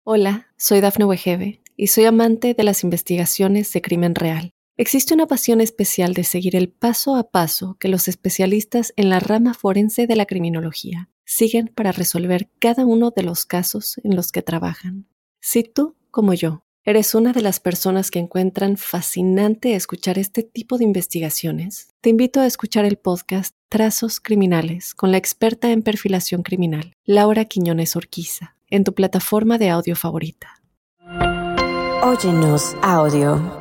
Hola, soy Dafne Wegebe y soy amante de las investigaciones de crimen real. Existe una pasión especial de seguir el paso a paso que los especialistas en la rama forense de la criminología siguen para resolver cada uno de los casos en los que trabajan. Si tú, como yo, eres una de las personas que encuentran fascinante escuchar este tipo de investigaciones, te invito a escuchar el podcast Trazos Criminales con la experta en perfilación criminal, Laura Quiñones Orquiza, en tu plataforma de audio favorita. Óyenos audio.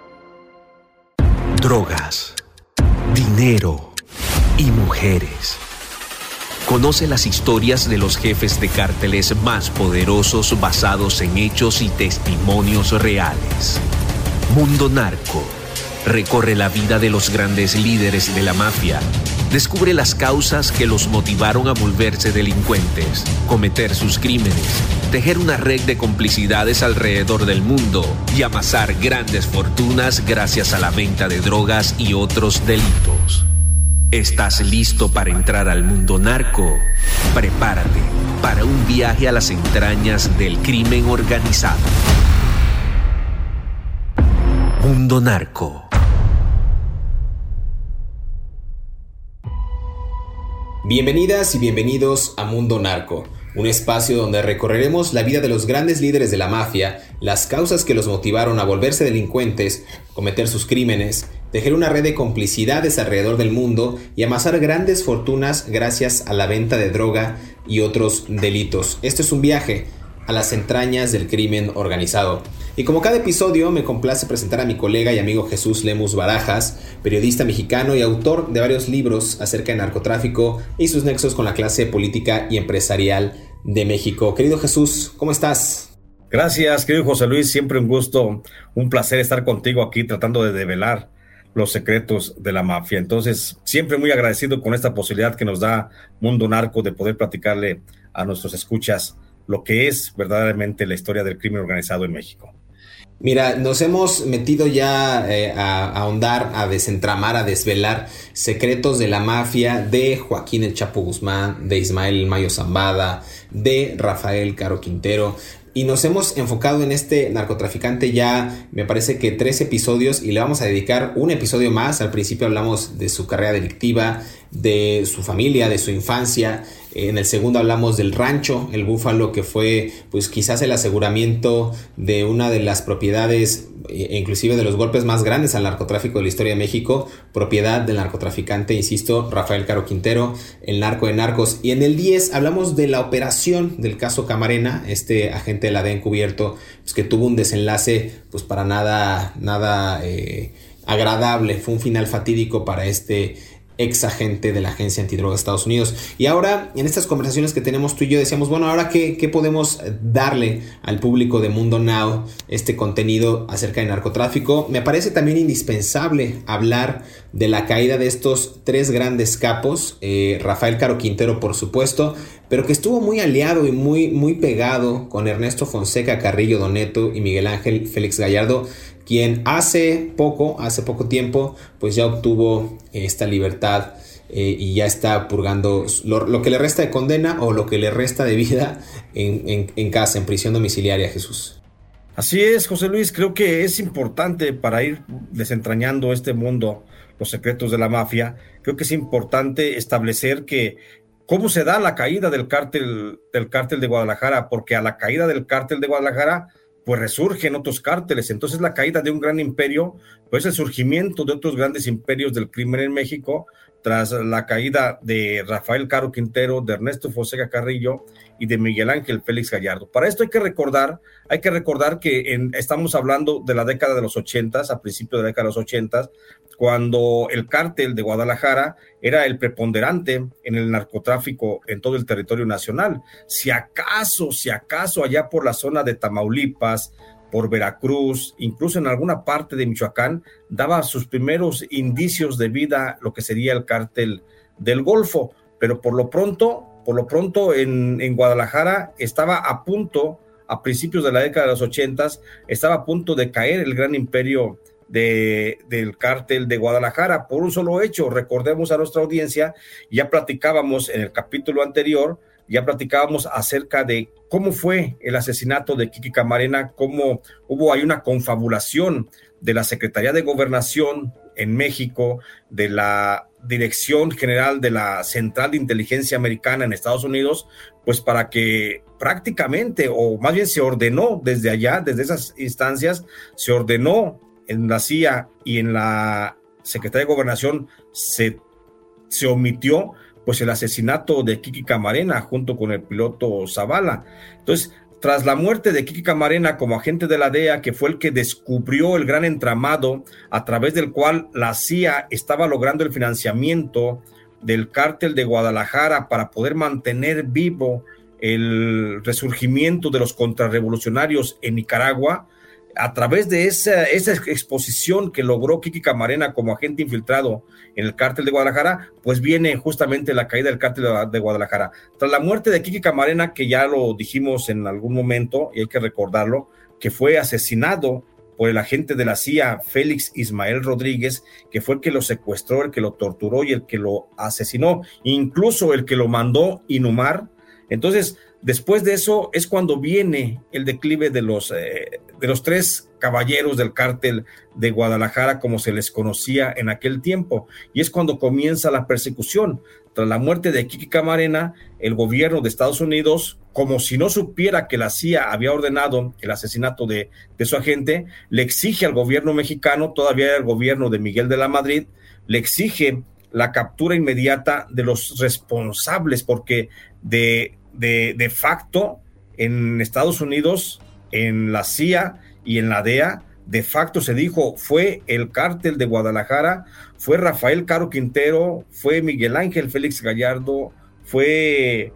Drogas, dinero y mujeres. Conoce las historias de los jefes de cárteles más poderosos basados en hechos y testimonios reales. Mundo Narco. Recorre la vida de los grandes líderes de la mafia. Descubre las causas que los motivaron a volverse delincuentes, cometer sus crímenes, tejer una red de complicidades alrededor del mundo y amasar grandes fortunas gracias a la venta de drogas y otros delitos. ¿Estás listo para entrar al mundo narco? Prepárate para un viaje a las entrañas del crimen organizado. Mundo Narco. Bienvenidas y bienvenidos a Mundo Narco, un espacio donde recorreremos la vida de los grandes líderes de la mafia, las causas que los motivaron a volverse delincuentes, cometer sus crímenes, tejer una red de complicidades alrededor del mundo y amasar grandes fortunas gracias a la venta de droga y otros delitos. Esto es un viaje a las entrañas del crimen organizado. Y como cada episodio, me complace presentar a mi colega y amigo Jesús Lemus Barajas, periodista mexicano y autor de varios libros acerca de narcotráfico y sus nexos con la clase política y empresarial de México. Querido Jesús, ¿cómo estás? Gracias, querido José Luis, siempre un gusto, un placer estar contigo aquí tratando de develar los secretos de la mafia. Entonces, siempre muy agradecido con esta posibilidad que nos da Mundo Narco de poder platicarle a nuestros escuchas lo que es verdaderamente la historia del crimen organizado en México. Mira, nos hemos metido ya a ahondar, a desentramar, a desvelar secretos de la mafia de Joaquín El Chapo Guzmán, de Ismael El Mayo Zambada, de Rafael Caro Quintero. Y nos hemos enfocado en este narcotraficante ya, me parece que 3 episodios, y le vamos a dedicar un episodio más. Al principio hablamos de su carrera delictiva, de su familia, de su infancia. En el segundo hablamos del rancho, el Búfalo, que fue pues quizás el aseguramiento de una de las propiedades, inclusive de los golpes más grandes al narcotráfico de la historia de México, propiedad del narcotraficante, insisto, Rafael Caro Quintero, el narco de narcos. Y en el 10 hablamos de la operación del caso Camarena, este agente de la DEA encubierto, pues, que tuvo un desenlace pues para nada agradable. Fue un final fatídico para este ex agente de la Agencia Antidroga de Estados Unidos. Y ahora, en estas conversaciones que tenemos tú y yo, decíamos, bueno, ahora ¿qué podemos darle al público de Mundo Now, este contenido acerca de narcotráfico? Me parece también indispensable hablar de la caída de estos 3 grandes capos, Rafael Caro Quintero, por supuesto, pero que estuvo muy aliado y muy pegado con Ernesto Fonseca Carrillo Doneto y Miguel Ángel Félix Gallardo, quien hace poco tiempo pues ya obtuvo esta libertad y ya está purgando lo que le resta de condena o lo que le resta de vida en casa, en prisión domiciliaria, Jesús. Así es, José Luis, creo que es importante para ir desentrañando este mundo, los secretos de la mafia. Creo que es importante establecer cómo se da la caída del cártel de Guadalajara, porque a la caída del cártel de Guadalajara pues resurgen otros cárteles. Entonces la caída de un gran imperio, pues el surgimiento de otros grandes imperios del crimen en México, tras la caída de Rafael Caro Quintero, de Ernesto Fonseca Carrillo y de Miguel Ángel Félix Gallardo. Para esto hay que recordar que estamos hablando de la década de los 80s, a principios de la década de los 80s, cuando el cártel de Guadalajara era el preponderante en el narcotráfico en todo el territorio nacional. Si acaso allá por la zona de Tamaulipas, por Veracruz, incluso en alguna parte de Michoacán, daba sus primeros indicios de vida lo que sería el cártel del Golfo, pero por lo pronto en Guadalajara estaba a principios de la década de los 80s, estaba a punto de caer el gran imperio del cártel de Guadalajara por un solo hecho. Recordemos a nuestra audiencia, ya platicábamos en el capítulo anterior ya platicábamos acerca de cómo fue el asesinato de Kiki Camarena, cómo hubo ahí una confabulación de la Secretaría de Gobernación en México, de la Dirección General de la Central de Inteligencia Americana en Estados Unidos, pues para que prácticamente, o más bien se ordenó desde allá, desde esas instancias, se ordenó en la CIA y en la Secretaría de Gobernación se omitió pues el asesinato de Kiki Camarena junto con el piloto Zavala. Entonces, tras la muerte de Kiki Camarena como agente de la DEA, que fue el que descubrió el gran entramado a través del cual la CIA estaba logrando el financiamiento del cártel de Guadalajara para poder mantener vivo el resurgimiento de los contrarrevolucionarios en Nicaragua, a través de esa exposición que logró Kiki Camarena como agente infiltrado en el cártel de Guadalajara, pues viene justamente la caída del cártel de Guadalajara. Tras la muerte de Kiki Camarena, que ya lo dijimos en algún momento, y hay que recordarlo, que fue asesinado por el agente de la CIA, Félix Ismael Rodríguez, que fue el que lo secuestró, el que lo torturó y el que lo asesinó, incluso el que lo mandó inhumar. Entonces, después de eso es cuando viene el declive de los tres caballeros del cártel de Guadalajara, como se les conocía en aquel tiempo, y es cuando comienza la persecución. Tras la muerte de Kiki Camarena, el gobierno de Estados Unidos, como si no supiera que la CIA había ordenado el asesinato de su agente, le exige al gobierno mexicano, todavía el gobierno de Miguel de la Madrid, le exige la captura inmediata de los responsables, porque de facto en Estados Unidos, en la CIA y en la DEA, de facto se dijo, fue el cártel de Guadalajara, fue Rafael Caro Quintero, fue Miguel Ángel Félix Gallardo, fue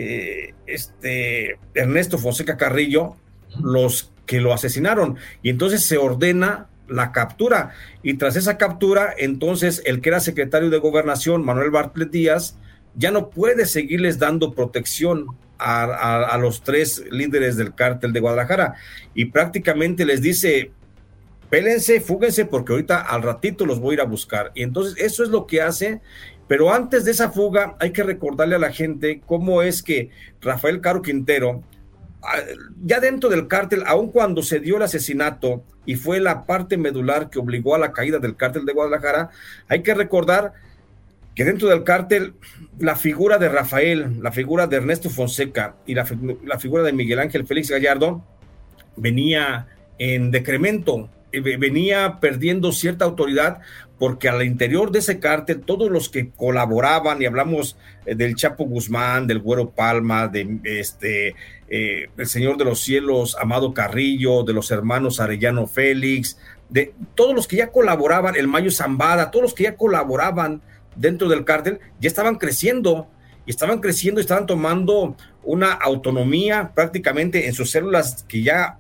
Ernesto Fonseca Carrillo, los que lo asesinaron, y entonces se ordena la captura, y tras esa captura, entonces el que era secretario de Gobernación, Manuel Bartlett Díaz, ya no puede seguirles dando protección a los tres líderes del cártel de Guadalajara, y prácticamente les dice, pélense, fúguense, porque ahorita al ratito los voy a ir a buscar. Y entonces eso es lo que hace, pero antes de esa fuga hay que recordarle a la gente cómo es que Rafael Caro Quintero, ya dentro del cártel, aun cuando se dio el asesinato y fue la parte medular que obligó a la caída del cártel de Guadalajara, hay que recordar que dentro del cártel la figura de Rafael, la figura de Ernesto Fonseca y la figura de Miguel Ángel Félix Gallardo venía en decremento, venía perdiendo cierta autoridad, porque al interior de ese cártel todos los que colaboraban, y hablamos del Chapo Guzmán, del Güero Palma, de el Señor de los Cielos, Amado Carrillo, de los hermanos Arellano Félix, de todos los que ya colaboraban, el Mayo Zambada, todos los que ya colaboraban dentro del cártel, ya estaban creciendo y estaban tomando una autonomía prácticamente en sus células que ya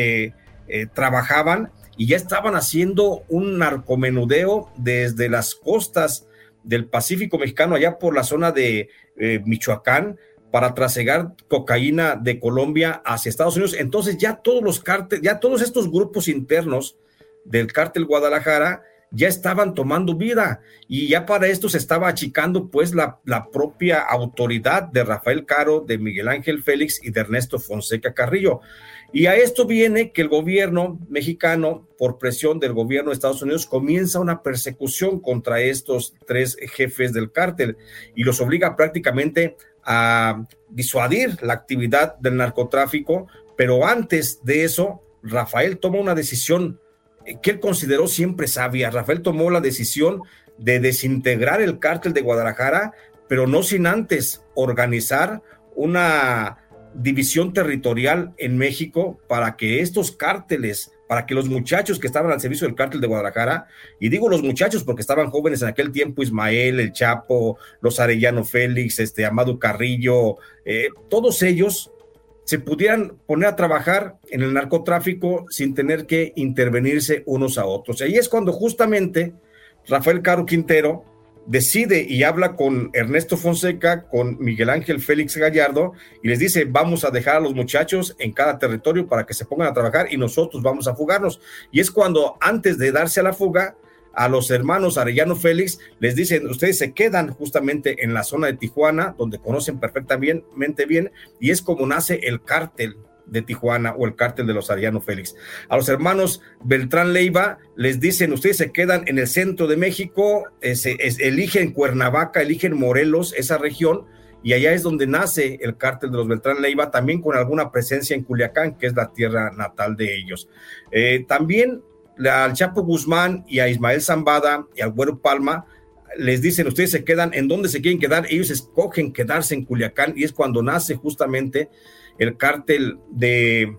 trabajaban, y ya estaban haciendo un narcomenudeo desde las costas del Pacífico mexicano, allá por la zona de Michoacán, para trasegar cocaína de Colombia hacia Estados Unidos. Entonces ya todos los cárteles, ya todos estos grupos internos del cártel Guadalajara ya estaban tomando vida, y ya para esto se estaba achicando pues la propia autoridad de Rafael Caro, de Miguel Ángel Félix y de Ernesto Fonseca Carrillo. Y a esto viene que el gobierno mexicano, por presión del gobierno de Estados Unidos, comienza una persecución contra estos tres jefes del cártel y los obliga prácticamente a disuadir la actividad del narcotráfico. Pero antes de eso, Rafael toma una decisión que él consideró siempre sabia. Rafael tomó la decisión de desintegrar el cártel de Guadalajara, pero no sin antes organizar una división territorial en México para que estos cárteles, para que los muchachos que estaban al servicio del cártel de Guadalajara, y digo los muchachos porque estaban jóvenes en aquel tiempo, Ismael, el Chapo, los Arellano Félix, Amado Carrillo, todos ellos se pudieran poner a trabajar en el narcotráfico sin tener que intervenirse unos a otros. Y ahí es cuando justamente Rafael Caro Quintero decide y habla con Ernesto Fonseca, con Miguel Ángel Félix Gallardo, y les dice, vamos a dejar a los muchachos en cada territorio para que se pongan a trabajar y nosotros vamos a fugarnos. Y es cuando, antes de darse a la fuga, a los hermanos Arellano Félix, les dicen, ustedes se quedan justamente en la zona de Tijuana, donde conocen perfectamente bien, y es como nace el cártel de Tijuana o el cártel de los Arellano Félix. A los hermanos Beltrán Leiva les dicen, ustedes se quedan en el centro de México, eligen Cuernavaca, eligen Morelos, esa región, y allá es donde nace el cártel de los Beltrán Leiva, también con alguna presencia en Culiacán, que es la tierra natal de ellos. También al Chapo Guzmán y a Ismael Zambada y al Güero Palma les dicen, ustedes se quedan en donde se quieren quedar, ellos escogen quedarse en Culiacán, y es cuando nace justamente el cártel de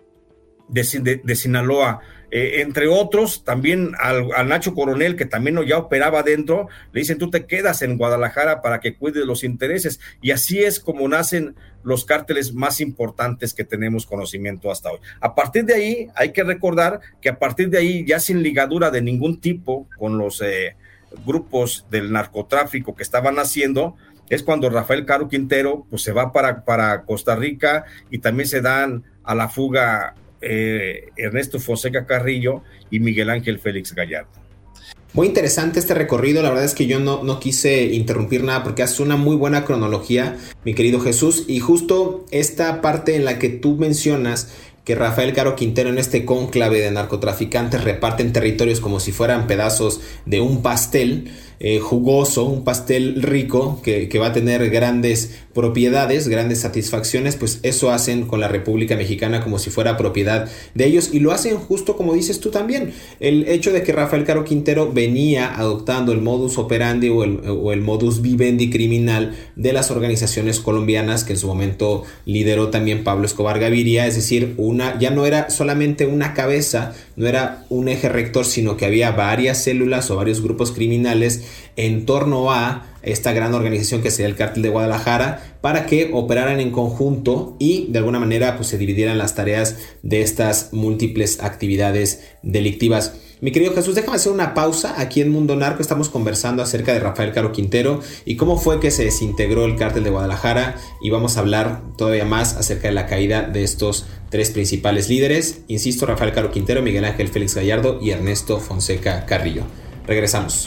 Sinaloa. Entre otros, también al Nacho Coronel, que también ya operaba dentro, le dicen, tú te quedas en Guadalajara para que cuides los intereses, y así es como nacen los cárteles más importantes que tenemos conocimiento hasta hoy. A partir de ahí, hay que recordar que a partir de ahí, ya sin ligadura de ningún tipo con los grupos del narcotráfico que estaban haciendo, es cuando Rafael Caro Quintero pues se va para Costa Rica, y también se dan a la fuga Ernesto Fonseca Carrillo y Miguel Ángel Félix Gallardo. Muy interesante este recorrido, la verdad es que yo no quise interrumpir nada porque hace una muy buena cronología, mi querido Jesús, y justo esta parte en la que tú mencionas que Rafael Caro Quintero en este cónclave de narcotraficantes reparten territorios como si fueran pedazos de un pastel jugoso, un pastel rico que va a tener grandes propiedades, grandes satisfacciones, pues eso hacen con la República Mexicana como si fuera propiedad de ellos, y lo hacen justo como dices tú también. El hecho de que Rafael Caro Quintero venía adoptando el modus operandi o el modus vivendi criminal de las organizaciones colombianas que en su momento lideró también Pablo Escobar Gaviria, es decir, ya no era solamente una cabeza, no era un eje rector, sino que había varias células o varios grupos criminales en torno a esta gran organización que sería el Cártel de Guadalajara, para que operaran en conjunto y de alguna manera pues se dividieran las tareas de estas múltiples actividades delictivas. Mi querido Jesús, déjame hacer una pausa. Aquí en Mundo Narco estamos conversando acerca de Rafael Caro Quintero y cómo fue que se desintegró el Cártel de Guadalajara, y vamos a hablar todavía más acerca de la caída de estos tres principales líderes. Insisto, Rafael Caro Quintero, Miguel Ángel Félix Gallardo y Ernesto Fonseca Carrillo. Regresamos.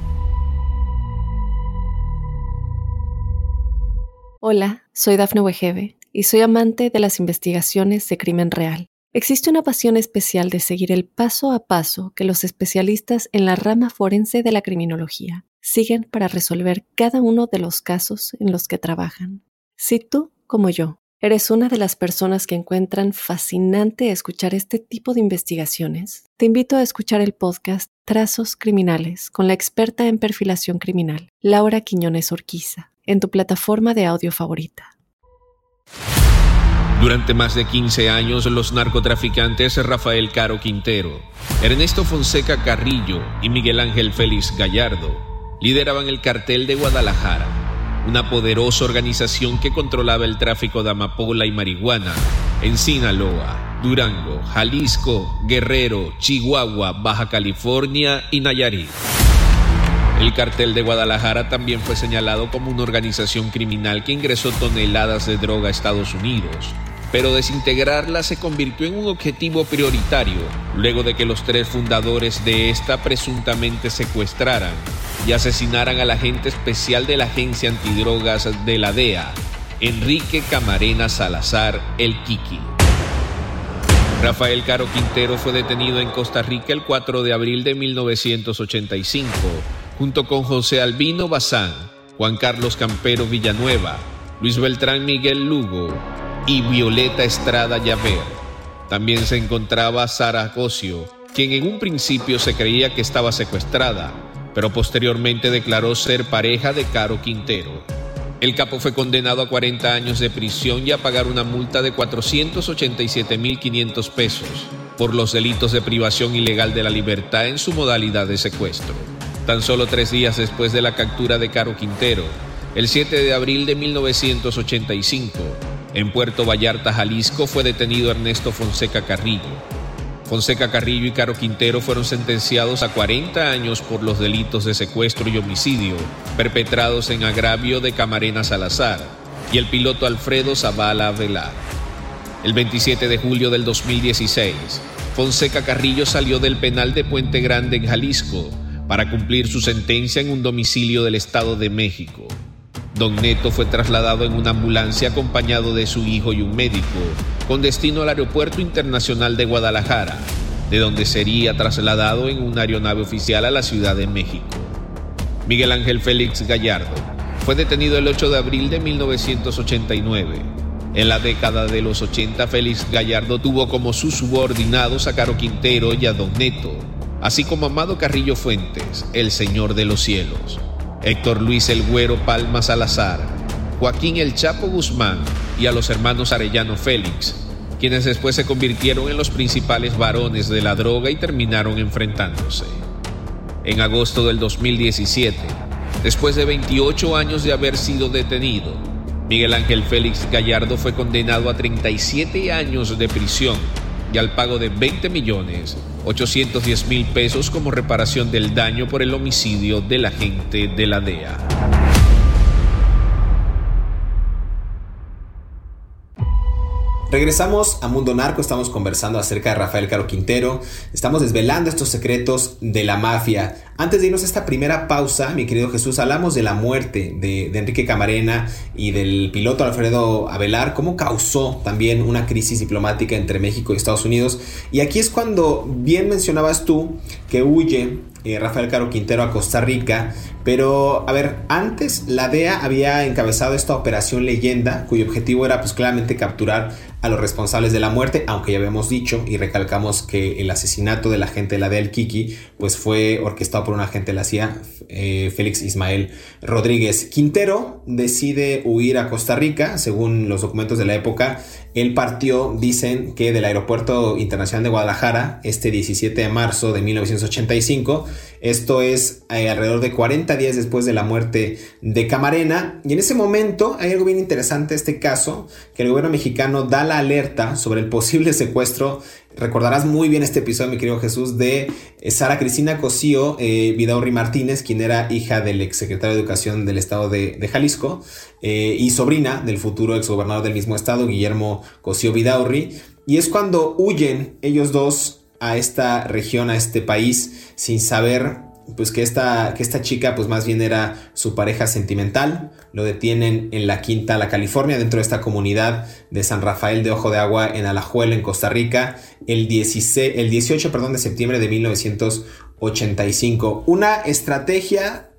Hola, soy Dafne Wegebe y soy amante de las investigaciones de crimen real. Existe una pasión especial de seguir el paso a paso que los especialistas en la rama forense de la criminología siguen para resolver cada uno de los casos en los que trabajan. Si tú, como yo, eres una de las personas que encuentran fascinante escuchar este tipo de investigaciones, te invito a escuchar el podcast Trazos Criminales con la experta en perfilación criminal, Laura Quiñones Orquiza, en tu plataforma de audio favorita. Durante más de 15 años, los narcotraficantes Rafael Caro Quintero, Ernesto Fonseca Carrillo y Miguel Ángel Félix Gallardo lideraban el Cartel de Guadalajara, una poderosa organización que controlaba el tráfico de amapola y marihuana en Sinaloa, Durango, Jalisco, Guerrero, Chihuahua, Baja California y Nayarit. El Cartel de Guadalajara también fue señalado como una organización criminal que ingresó toneladas de droga a Estados Unidos, pero desintegrarla se convirtió en un objetivo prioritario luego de que los tres fundadores de esta presuntamente secuestraran y asesinaran al agente especial de la Agencia Antidrogas de la DEA, Enrique Camarena Salazar, el Kiki. Rafael Caro Quintero fue detenido en Costa Rica el 4 de abril de 1985, junto con José Albino Bazán, Juan Carlos Campero Villanueva, Luis Beltrán Miguel Lugo y Violeta Estrada Llaver. También se encontraba Sara Cosio, quien en un principio se creía que estaba secuestrada, pero posteriormente declaró ser pareja de Caro Quintero. El capo fue condenado a 40 años de prisión y a pagar una multa de 487,500 pesos por los delitos de privación ilegal de la libertad en su modalidad de secuestro. Tan solo 3 días después de la captura de Caro Quintero, el 7 de abril de 1985, en Puerto Vallarta, Jalisco, fue detenido Ernesto Fonseca Carrillo. Fonseca Carrillo y Caro Quintero fueron sentenciados a 40 años por los delitos de secuestro y homicidio perpetrados en agravio de Camarena Salazar y el piloto Alfredo Zavala Velar. El 27 de julio del 2016, Fonseca Carrillo salió del penal de Puente Grande en Jalisco para cumplir su sentencia en un domicilio del Estado de México. Don Neto fue trasladado en una ambulancia acompañado de su hijo y un médico, con destino al Aeropuerto Internacional de Guadalajara, de donde sería trasladado en una aeronave oficial a la Ciudad de México. Miguel Ángel Félix Gallardo fue detenido el 8 de abril de 1989. En la década de los 80, Félix Gallardo tuvo como sus subordinados a Caro Quintero y a Don Neto, así como a Amado Carrillo Fuentes, el Señor de los Cielos, Héctor Luis el Güero Palma Salazar, Joaquín el Chapo Guzmán y a los hermanos Arellano Félix, quienes después se convirtieron en los principales varones de la droga y terminaron enfrentándose. En agosto del 2017, después de 28 años de haber sido detenido, Miguel Ángel Félix Gallardo fue condenado a 37 años de prisión y al pago de 20.810.000 pesos como reparación del daño por el homicidio del agente de la DEA. Regresamos a Mundo Narco, estamos conversando acerca de Rafael Caro Quintero, estamos desvelando estos secretos de la mafia. Antes de irnos a esta primera pausa, mi querido Jesús, hablamos de la muerte de Enrique Camarena y del piloto Alfredo Avelar, cómo causó también una crisis diplomática entre México y Estados Unidos. Y aquí es cuando bien mencionabas tú que huye Rafael Caro Quintero a Costa Rica, pero a ver, antes la DEA había encabezado esta operación Leyenda, cuyo objetivo era pues claramente capturar a los responsables de la muerte, aunque ya habíamos dicho y recalcamos que el asesinato del agente de la DEA, el Kiki, pues fue orquestado por un agente de la CIA, Félix Ismael Rodríguez. Quintero decide huir a Costa Rica, según los documentos de la época. Él partió, dicen que del Aeropuerto Internacional de Guadalajara, este 17 de marzo de 1985. Esto es alrededor de 40 días después de la muerte de Camarena. Y en ese momento hay algo bien interesante de este caso, que el gobierno mexicano da la alerta sobre el posible secuestro. Recordarás muy bien este episodio, mi querido Jesús, de Sara Cristina Cosío Vidaurri Martínez, quien era hija del exsecretario de Educación del estado de Jalisco y sobrina del futuro exgobernador del mismo estado, Guillermo Cosío Vidaurri. Y es cuando huyen ellos dos a esta región, a este país, sin saber pues que esta chica pues más bien era su pareja sentimental. Lo detienen en la Quinta La California, dentro de esta comunidad de San Rafael de Ojo de Agua en Alajuela, en Costa Rica, el 18 de septiembre de 1985. Una estrategia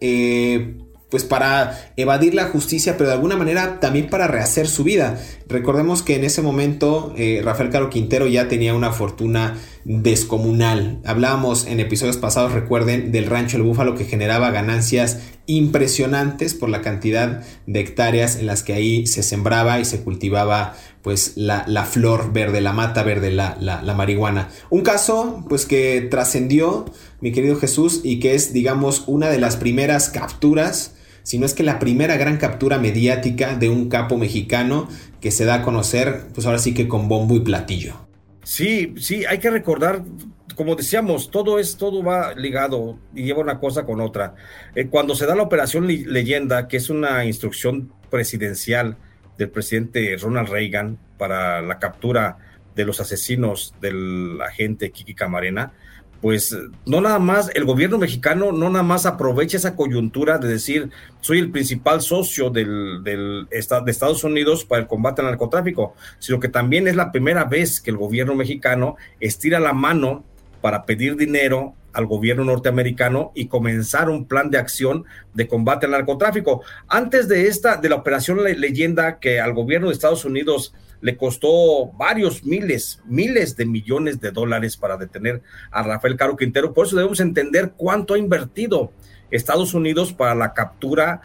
pues para evadir la justicia, pero de alguna manera también para rehacer su vida. Recordemos que en ese momento Rafael Caro Quintero ya tenía una fortuna descomunal. Hablábamos en episodios pasados, recuerden, del Rancho El Búfalo, que generaba ganancias impresionantes por la cantidad de hectáreas en las que ahí se sembraba y se cultivaba pues la flor verde, la mata verde, la marihuana. Un caso pues que trascendió, mi querido Jesús, y que es, digamos, una de las primeras capturas, si no es que la primera gran captura mediática de un capo mexicano que se da a conocer, pues ahora sí que con bombo y platillo. Sí, hay que recordar, como decíamos, todo va ligado y lleva una cosa con otra. Cuando se da la operación Leyenda, que es una instrucción presidencial del presidente Ronald Reagan para la captura de los asesinos del agente Kiki Camarena, pues no nada más, el gobierno mexicano no nada más aprovecha esa coyuntura de decir soy el principal socio de Estados Unidos para el combate al narcotráfico, sino que también es la primera vez que el gobierno mexicano estira la mano para pedir dinero al gobierno norteamericano y comenzar un plan de acción de combate al narcotráfico. Antes de la operación Leyenda, que al gobierno de Estados Unidos le costó varios miles de millones de dólares para detener a Rafael Caro Quintero. Por eso debemos entender cuánto ha invertido Estados Unidos para la captura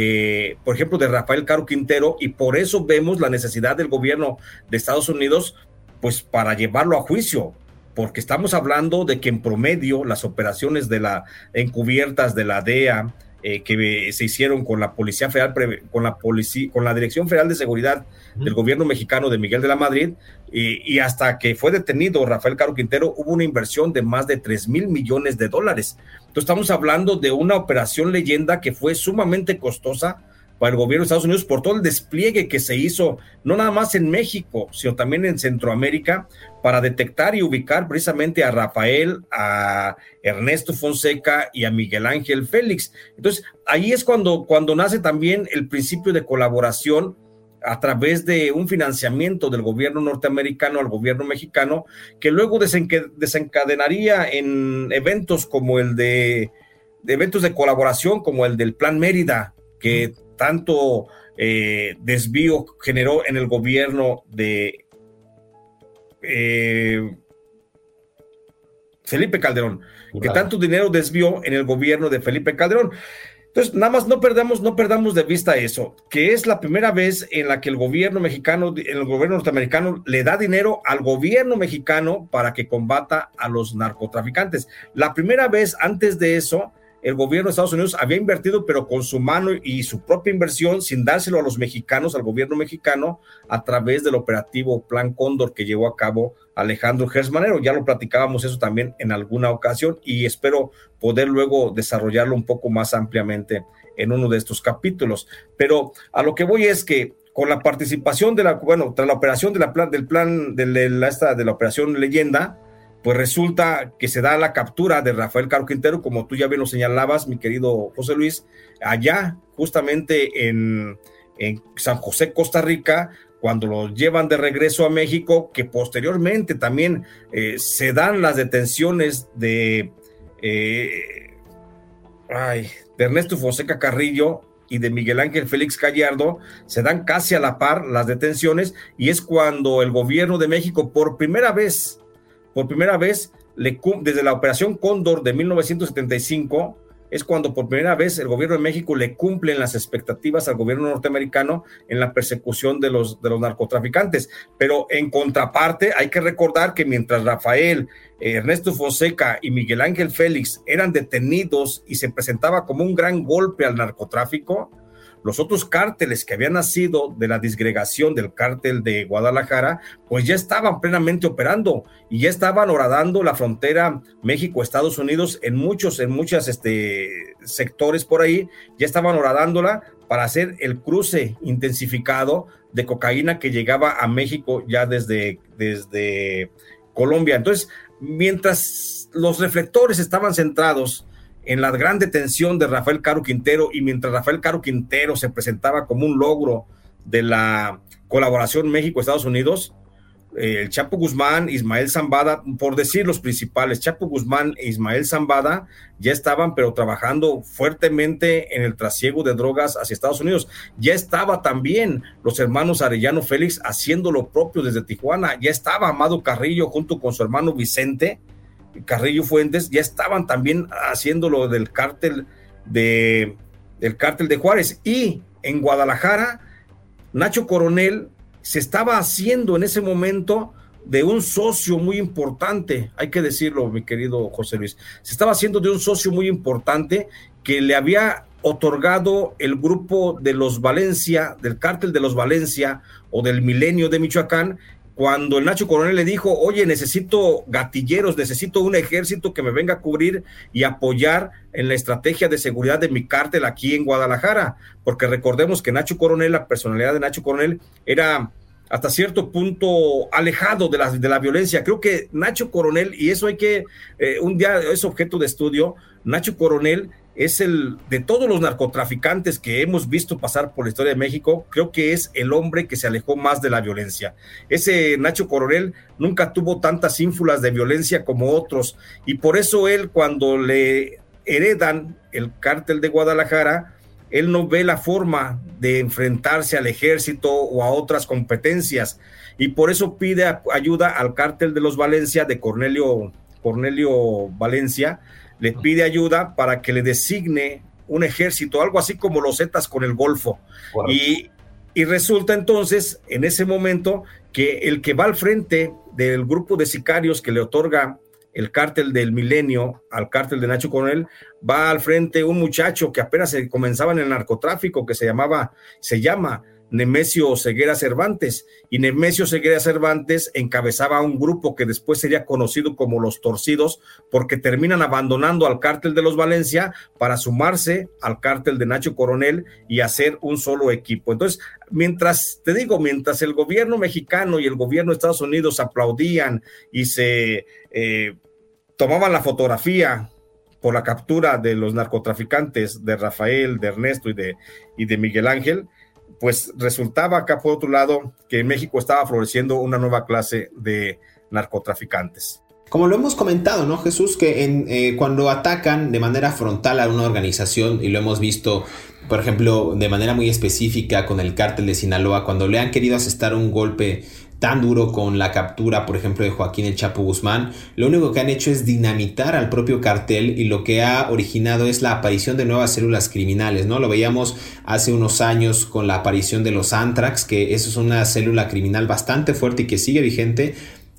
por ejemplo, de Rafael Caro Quintero, y por eso vemos la necesidad del gobierno de Estados Unidos pues para llevarlo a juicio, porque estamos hablando de que en promedio las operaciones encubiertas de la DEA que se hicieron con la Policía Federal, con la Dirección Federal de Seguridad del gobierno mexicano de Miguel de la Madrid, y hasta que fue detenido Rafael Caro Quintero, hubo una inversión de más de 3,000 millones de dólares. Entonces estamos hablando de una operación Leyenda que fue sumamente costosa para el gobierno de Estados Unidos por todo el despliegue que se hizo, no nada más en México, sino también en Centroamérica, para detectar y ubicar precisamente a Rafael, a Ernesto Fonseca y a Miguel Ángel Félix. Entonces, ahí es cuando nace también el principio de colaboración a través de un financiamiento del gobierno norteamericano al gobierno mexicano, que luego desencadenaría en eventos como el de eventos de colaboración, como el del Plan Mérida, que tanto desvío generó en el gobierno de Felipe Calderón, que tanto dinero desvió en el gobierno de Felipe Calderón. Entonces, nada más no perdamos de vista eso, que es la primera vez en la que el gobierno mexicano, el gobierno norteamericano le da dinero al gobierno mexicano para que combata a los narcotraficantes. La primera vez, antes de eso, el gobierno de Estados Unidos había invertido, pero con su mano y su propia inversión, sin dárselo a los mexicanos, al gobierno mexicano, a través del operativo Plan Cóndor que llevó a cabo Alejandro Gertz Manero. Ya lo platicábamos eso también en alguna ocasión y espero poder luego desarrollarlo un poco más ampliamente en uno de estos capítulos. Pero a lo que voy es que con la participación tras la operación de la operación Leyenda, pues resulta que se da la captura de Rafael Caro Quintero, como tú ya bien lo señalabas, mi querido José Luis, allá justamente en San José, Costa Rica, cuando lo llevan de regreso a México, que posteriormente también se dan las detenciones de Ernesto Fonseca Carrillo y de Miguel Ángel Félix Gallardo, se dan casi a la par las detenciones, y es cuando el gobierno de México por primera vez, desde la Operación Cóndor de 1975, es cuando por primera vez el gobierno de México le cumplen las expectativas al gobierno norteamericano en la persecución de los narcotraficantes. Pero en contraparte, hay que recordar que mientras Rafael, Ernesto Fonseca y Miguel Ángel Félix eran detenidos y se presentaba como un gran golpe al narcotráfico, los otros cárteles que habían nacido de la disgregación del cártel de Guadalajara, pues ya estaban plenamente operando y ya estaban horadando la frontera México-Estados Unidos en muchos sectores por ahí, ya estaban horadándola para hacer el cruce intensificado de cocaína que llegaba a México ya desde Colombia. Entonces, mientras los reflectores estaban centrados en la gran detención de Rafael Caro Quintero, y mientras Rafael Caro Quintero se presentaba como un logro de la colaboración México-Estados Unidos, el Chapo Guzmán, Ismael Zambada, por decir los principales, Chapo Guzmán e Ismael Zambada ya estaban, pero trabajando fuertemente en el trasiego de drogas hacia Estados Unidos. Ya estaba también los hermanos Arellano Félix haciendo lo propio desde Tijuana. Ya estaba Amado Carrillo junto con su hermano Vicente Carrillo Fuentes, ya estaban también haciendo lo del cártel de Juárez. Y en Guadalajara, Nacho Coronel se estaba haciendo en ese momento de un socio muy importante, hay que decirlo, mi querido José Luis, se estaba haciendo de un socio muy importante que le había otorgado el grupo de los Valencia, del cártel de los Valencia o del Milenio de Michoacán, cuando el Nacho Coronel le dijo: oye, necesito gatilleros, necesito un ejército que me venga a cubrir y apoyar en la estrategia de seguridad de mi cártel aquí en Guadalajara, porque recordemos que Nacho Coronel, la personalidad de Nacho Coronel era hasta cierto punto alejado de la violencia. Creo que Nacho Coronel, y eso hay que, un día es objeto de estudio, Nacho Coronel es de todos los narcotraficantes que hemos visto pasar por la historia de México, creo que es el hombre que se alejó más de la violencia. Ese Nacho Coronel nunca tuvo tantas ínfulas de violencia como otros, y por eso él, cuando le heredan el cártel de Guadalajara, él no ve la forma de enfrentarse al ejército o a otras competencias, y por eso pide ayuda al cártel de los Valencia, de Cornelio Valencia. Le pide ayuda para que le designe un ejército, algo así como los Zetas con el Golfo. Wow. Y resulta entonces, en ese momento, que el que va al frente del grupo de sicarios que le otorga el cártel del Milenio al cártel de Nacho Coronel, va al frente un muchacho que apenas comenzaba en el narcotráfico, que se llama Nemesio Oseguera Cervantes, y Nemesio Oseguera Cervantes encabezaba un grupo que después sería conocido como los Torcidos, porque terminan abandonando al cártel de los Valencia para sumarse al cártel de Nacho Coronel y hacer un solo equipo. Entonces, mientras el gobierno mexicano y el gobierno de Estados Unidos aplaudían y se tomaban la fotografía por la captura de los narcotraficantes de Rafael, de Ernesto y de Miguel Ángel, pues resultaba acá por otro lado que en México estaba floreciendo una nueva clase de narcotraficantes. Como lo hemos comentado, ¿no, Jesús? Que cuando atacan de manera frontal a una organización, y lo hemos visto, por ejemplo, de manera muy específica con el cártel de Sinaloa, cuando le han querido asestar un golpe tan duro con la captura, por ejemplo, de Joaquín El Chapo Guzmán, lo único que han hecho es dinamitar al propio cartel, y lo que ha originado es la aparición de nuevas células criminales, ¿no? Lo veíamos hace unos años con la aparición de los Antrax, que eso es una célula criminal bastante fuerte y que sigue vigente,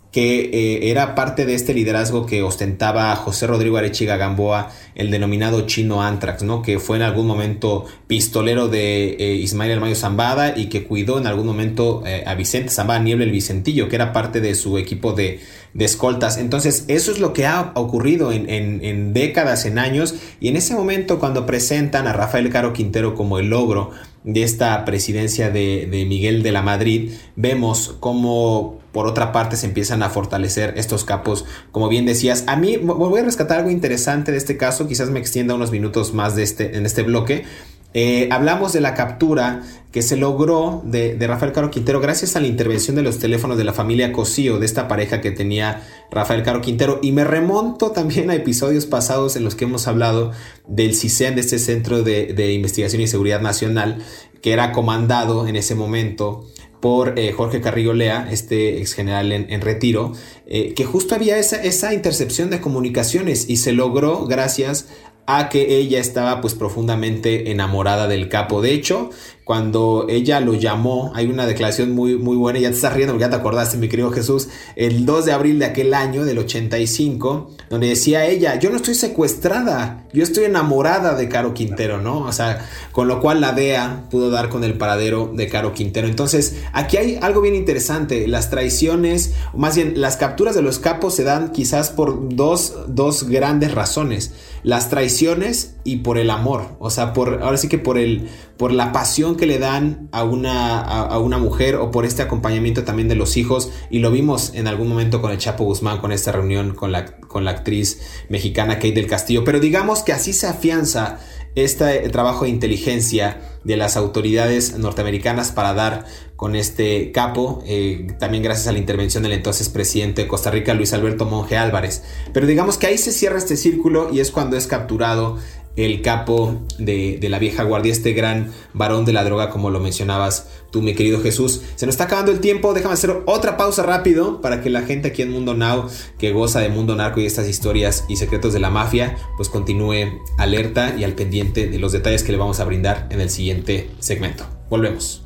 que era parte de este liderazgo que ostentaba José Rodrigo Arechiga Gamboa, el denominado Chino Antrax, ¿no? Que fue en algún momento pistolero de Ismael El Mayo Zambada, y que cuidó en algún momento a Vicente Zambada Niebla el Vicentillo, que era parte de su equipo de escoltas. Entonces, eso es lo que ha ocurrido en décadas, en años, y en ese momento, cuando presentan a Rafael Caro Quintero como el logro de esta presidencia de Miguel de la Madrid, vemos cómo por otra parte se empiezan a fortalecer estos capos, como bien decías. A mí voy a rescatar algo interesante de este caso, quizás me extienda unos minutos más en este bloque. Hablamos de la captura que se logró de Rafael Caro Quintero gracias a la intervención de los teléfonos de la familia Cosío, de esta pareja que tenía Rafael Caro Quintero, y me remonto también a episodios pasados en los que hemos hablado del CISEN, de este Centro de Investigación y Seguridad Nacional, que era comandado en ese momento por Jorge Carrillo Lea, este ex general en retiro, que justo había esa intercepción de comunicaciones, y se logró gracias a que ella estaba pues profundamente enamorada del capo. De hecho, cuando ella lo llamó, hay una declaración muy, muy buena, ya te estás riendo porque ya te acordaste, mi querido Jesús, el 2 de abril de aquel año, del 85, donde decía ella: yo no estoy secuestrada, yo estoy enamorada de Caro Quintero, ¿no? O sea, con lo cual la DEA pudo dar con el paradero de Caro Quintero. Entonces, aquí hay algo bien interesante. Las traiciones, o más bien, las capturas de los capos se dan quizás por dos grandes razones: las traiciones y por el amor. O sea, ahora sí que por la pasión que le dan a una mujer, o por este acompañamiento también de los hijos, y lo vimos en algún momento con el Chapo Guzmán, con esta reunión con la actriz mexicana Kate del Castillo. Pero digamos que así se afianza este trabajo de inteligencia de las autoridades norteamericanas para dar con este capo, también gracias a la intervención del entonces presidente de Costa Rica, Luis Alberto Monge Álvarez. Pero digamos que ahí se cierra este círculo, y es cuando es capturado el capo de la vieja guardia, este gran varón de la droga, como lo mencionabas tú, mi querido Jesús. Se nos está acabando el tiempo, déjame hacer otra pausa rápido para que la gente aquí en Mundo Now, que goza de Mundo Narco y estas historias y secretos de la mafia, pues continúe alerta y al pendiente de los detalles que le vamos a brindar en el siguiente segmento. Volvemos.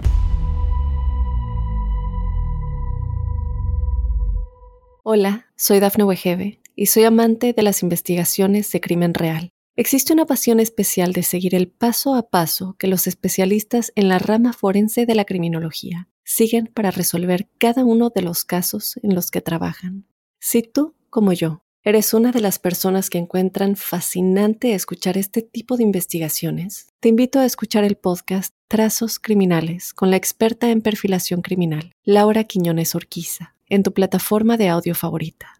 Hola, soy Dafne Wegebe y soy amante de las investigaciones de crimen real. Existe una pasión especial de seguir el paso a paso que los especialistas en la rama forense de la criminología siguen para resolver cada uno de los casos en los que trabajan. Si tú, como yo, eres una de las personas que encuentran fascinante escuchar este tipo de investigaciones, te invito a escuchar el podcast Trazos Criminales con la experta en perfilación criminal, Laura Quiñones Orquiza, en tu plataforma de audio favorita.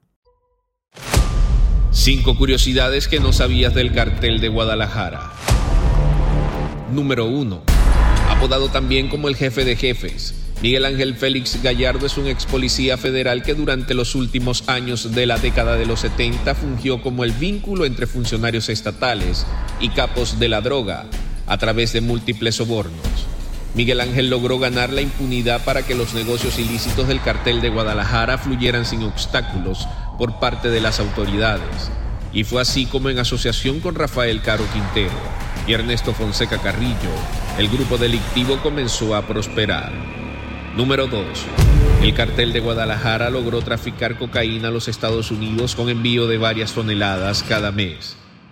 5 curiosidades que no sabías del cartel de Guadalajara. Número 1. Apodado también como el jefe de jefes, Miguel Ángel Félix Gallardo es un ex policía federal que durante los últimos años de la década de los 70 fungió como el vínculo entre funcionarios estatales y capos de la droga a través de múltiples sobornos. Miguel Ángel logró ganar la impunidad para que los negocios ilícitos del cartel de Guadalajara fluyeran sin obstáculos por parte de las autoridades. Y fue así como, en asociación con Rafael Caro Quintero y Ernesto Fonseca Carrillo, el grupo delictivo comenzó a prosperar. Número 2. El cartel de Guadalajara logró traficar cocaína a los Estados Unidos con envío de varias toneladas cada mes.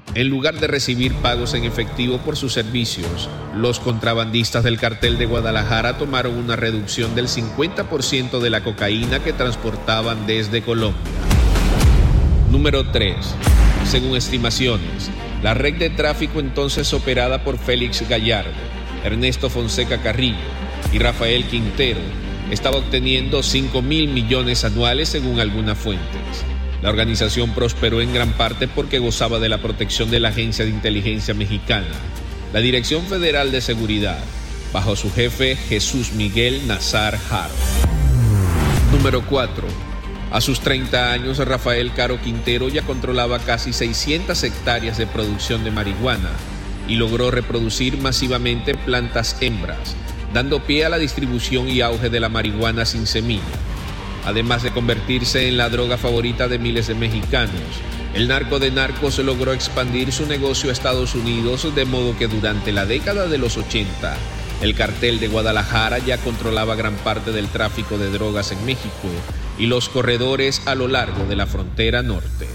En lugar de recibir pagos en efectivo por sus servicios, los contrabandistas del cartel de Guadalajara tomaron una reducción del 50% de la cocaína que transportaban desde Colombia. Número 3. Según estimaciones, la red de tráfico entonces operada por Félix Gallardo, Ernesto Fonseca Carrillo y Rafael Quintero estaba obteniendo 5.000 millones anuales según algunas fuentes. La organización prosperó en gran parte porque gozaba de la protección de la Agencia de Inteligencia Mexicana, la Dirección Federal de Seguridad, bajo su jefe Jesús Miguel Nazar Haro. Número 4. A sus 30 años, Rafael Caro Quintero ya controlaba casi 600 hectáreas de producción de marihuana y logró reproducir masivamente plantas hembras, dando pie a la distribución y auge de la marihuana sin semilla. Además de convertirse en la droga favorita de miles de mexicanos, el narco de narcos logró expandir su negocio a Estados Unidos, de modo que durante la década de los 80, el cartel de Guadalajara ya controlaba gran parte del tráfico de drogas en México y los corredores a lo largo de la frontera norte.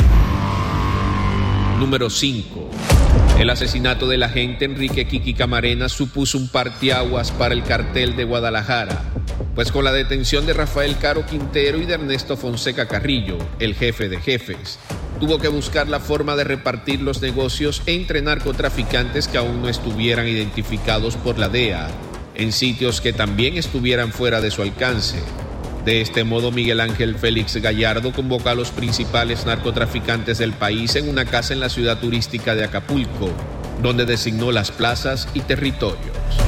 Número 5. El asesinato del agente Enrique Kiki Camarena supuso un parteaguas para el cartel de Guadalajara, pues con la detención de Rafael Caro Quintero y de Ernesto Fonseca Carrillo, el jefe de jefes, tuvo que buscar la forma de repartir los negocios entre narcotraficantes que aún no estuvieran identificados por la DEA, en sitios que también estuvieran fuera de su alcance. De este modo, Miguel Ángel Félix Gallardo convocó a los principales narcotraficantes del país en una casa en la ciudad turística de Acapulco, donde designó las plazas y territorios.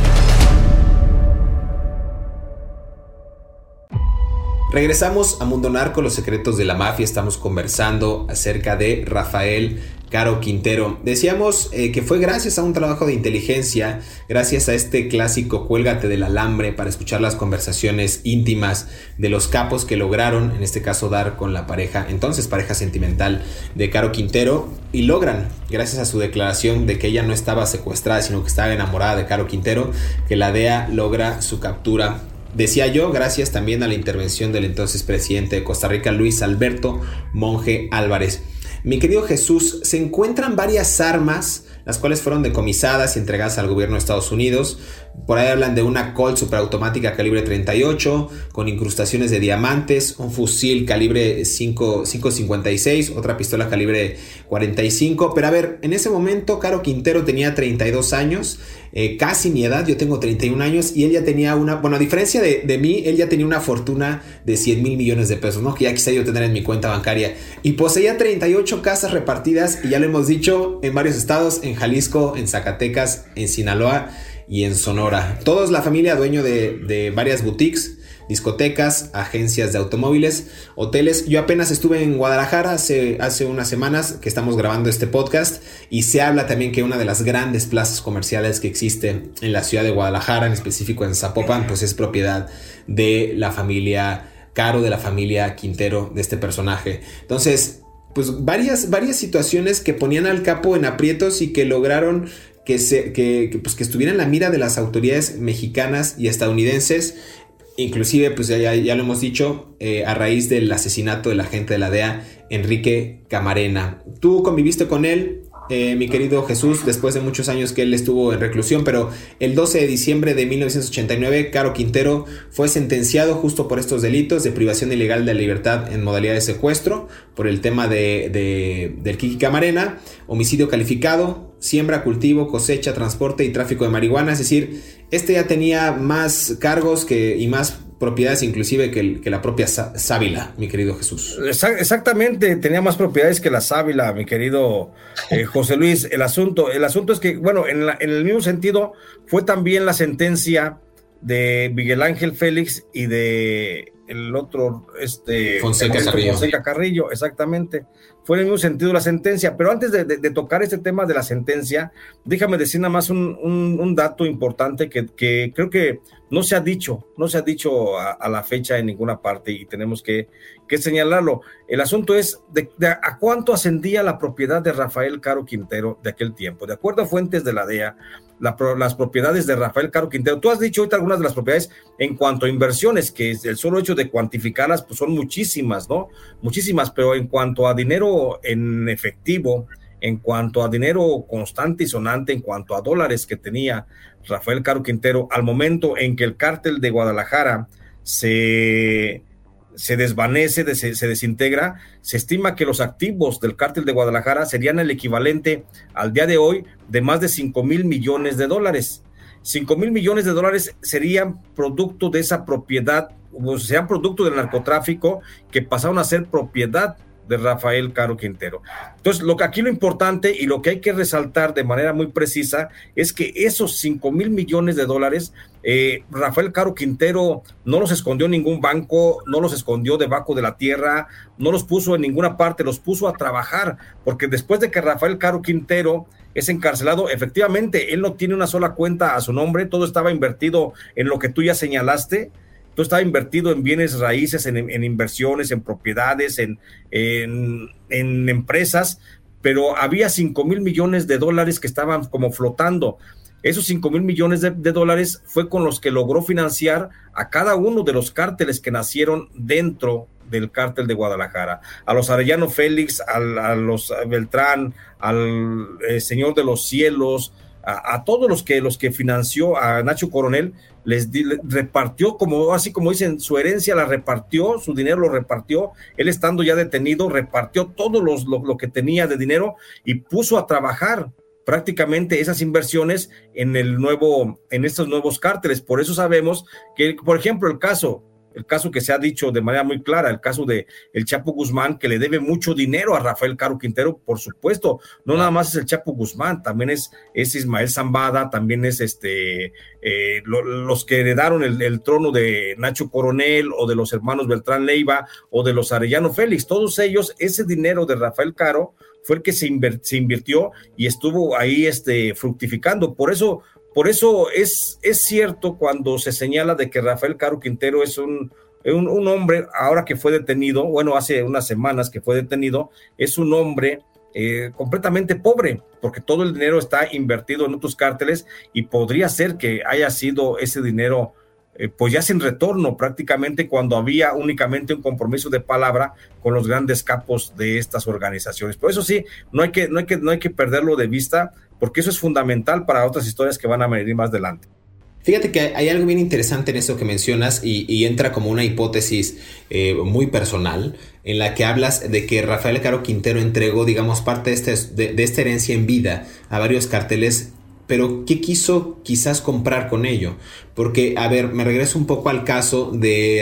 Regresamos a Mundo Narco, los secretos de la mafia. Estamos conversando acerca de Rafael Caro Quintero. Decíamos que fue gracias a un trabajo de inteligencia, gracias a este clásico cuélgate del alambre para escuchar las conversaciones íntimas de los capos que lograron, en este caso, dar con la pareja, entonces pareja sentimental de Caro Quintero, y logran, gracias a su declaración de que ella no estaba secuestrada, sino que estaba enamorada de Caro Quintero, que la DEA logra su captura. Decía yo, gracias también a la intervención del entonces presidente de Costa Rica, Luis Alberto Monge Álvarez. Mi querido Jesús, se encuentran varias armas, las cuales fueron decomisadas y entregadas al gobierno de Estados Unidos. Por ahí hablan de una Colt superautomática calibre 38 con incrustaciones de diamantes, un fusil calibre 5.56, otra pistola calibre 45. Pero a ver, en ese momento Caro Quintero tenía 32 años, casi mi edad, yo tengo 31 años, y él ya tenía bueno, a diferencia de mí, él ya tenía una fortuna de 100,000 millones de pesos, ¿no? Que ya quisiera yo tener en mi cuenta bancaria. Y poseía 38 casas repartidas, y ya lo hemos dicho, en varios estados, en Jalisco, en Zacatecas, en Sinaloa y en Sonora. Todos la familia dueño de varias boutiques, discotecas, agencias de automóviles, hoteles. Yo apenas estuve en Guadalajara hace unas semanas que estamos grabando este podcast, y se habla también que una de las grandes plazas comerciales que existe en la ciudad de Guadalajara, en específico en Zapopan, pues es propiedad de la familia Caro, de la familia Quintero, de este personaje. Entonces, pues varias situaciones que ponían al capo en aprietos y que lograron que estuviera en la mira de las autoridades mexicanas y estadounidenses. Inclusive, pues ya lo hemos dicho, a raíz del asesinato del agente de la DEA, Enrique Camarena. Tú conviviste con él, mi querido Jesús, después de muchos años que él estuvo en reclusión, pero el 12 de diciembre de 1989, Caro Quintero fue sentenciado justo por estos delitos de privación ilegal de la libertad en modalidad de secuestro, por el tema del Kiki Camarena, homicidio calificado, siembra, cultivo, cosecha, transporte y tráfico de marihuana. Es decir, este ya tenía más cargos y más propiedades inclusive que la propia sábila, mi querido Jesús. Exactamente, tenía más propiedades que la sábila, mi querido José Luis. El asunto es que, bueno, en el mismo sentido fue también la sentencia de Miguel Ángel Félix y de el otro, Fonseca Carrillo, exactamente. Fue en el mismo sentido la sentencia. Pero antes de tocar este tema de la sentencia, déjame decir nada más un dato importante que creo que no se ha dicho a la fecha en ninguna parte, y tenemos que señalarlo. El asunto es a cuánto ascendía la propiedad de Rafael Caro Quintero de aquel tiempo. De acuerdo a fuentes de la DEA, las propiedades de Rafael Caro Quintero, tú has dicho ahorita algunas de las propiedades en cuanto a inversiones, que el solo hecho de cuantificarlas, pues son muchísimas, ¿no? Muchísimas, pero en cuanto a dinero en efectivo, en cuanto a dinero constante y sonante, en cuanto a dólares que tenía Rafael Caro Quintero, al momento en que el cártel de Guadalajara se desvanece, se desintegra, se estima que los activos del cártel de Guadalajara serían el equivalente al día de hoy de más de 5,000 millones de dólares. 5,000 millones de dólares serían producto de esa propiedad, o serían producto del narcotráfico que pasaron a ser propiedad de Rafael Caro Quintero. Entonces, aquí lo importante y lo que hay que resaltar de manera muy precisa es que esos 5,000 millones de dólares, Rafael Caro Quintero no los escondió en ningún banco, no los escondió debajo de la tierra, no los puso en ninguna parte, los puso a trabajar, porque después de que Rafael Caro Quintero es encarcelado, efectivamente, él no tiene una sola cuenta a su nombre, todo estaba invertido en lo que tú ya señalaste. Todo estaba invertido en bienes raíces, en inversiones, en propiedades, en empresas, pero había 5,000 millones de dólares que estaban como flotando. Esos 5,000 millones de dólares fue con los que logró financiar a cada uno de los cárteles que nacieron dentro del cártel de Guadalajara, a los Arellano Félix, a los Beltrán, al Señor de los Cielos, a todos los que financió a Nacho Coronel, les repartió, así como dicen, su herencia la repartió, su dinero lo repartió, él estando ya detenido, repartió todo lo que tenía de dinero y puso a trabajar prácticamente esas inversiones en estos nuevos cárteles. Por eso sabemos que, por ejemplo, el caso que se ha dicho de manera muy clara, el caso de el Chapo Guzmán, que le debe mucho dinero a Rafael Caro Quintero, por supuesto, no nada más es el Chapo Guzmán, también es Ismael Zambada, también es los que heredaron el trono de Nacho Coronel, o de los hermanos Beltrán Leiva, o de los Arellano Félix, todos ellos, ese dinero de Rafael Caro fue el que se invirtió y estuvo ahí fructificando. Por eso es cierto cuando se señala de que Rafael Caro Quintero es un hombre, ahora que fue detenido, bueno, hace unas semanas que fue detenido, es un hombre completamente pobre, porque todo el dinero está invertido en otros cárteles y podría ser que haya sido ese dinero pues ya sin retorno prácticamente, cuando había únicamente un compromiso de palabra con los grandes capos de estas organizaciones. Por eso sí, no hay que perderlo de vista, porque eso es fundamental para otras historias que van a venir más adelante. Fíjate que hay algo bien interesante en eso que mencionas y entra como una hipótesis muy personal, en la que hablas de que Rafael Caro Quintero entregó, digamos, parte de esta herencia en vida a varios carteles, pero ¿qué quiso quizás comprar con ello? Porque, a ver, me regreso un poco al caso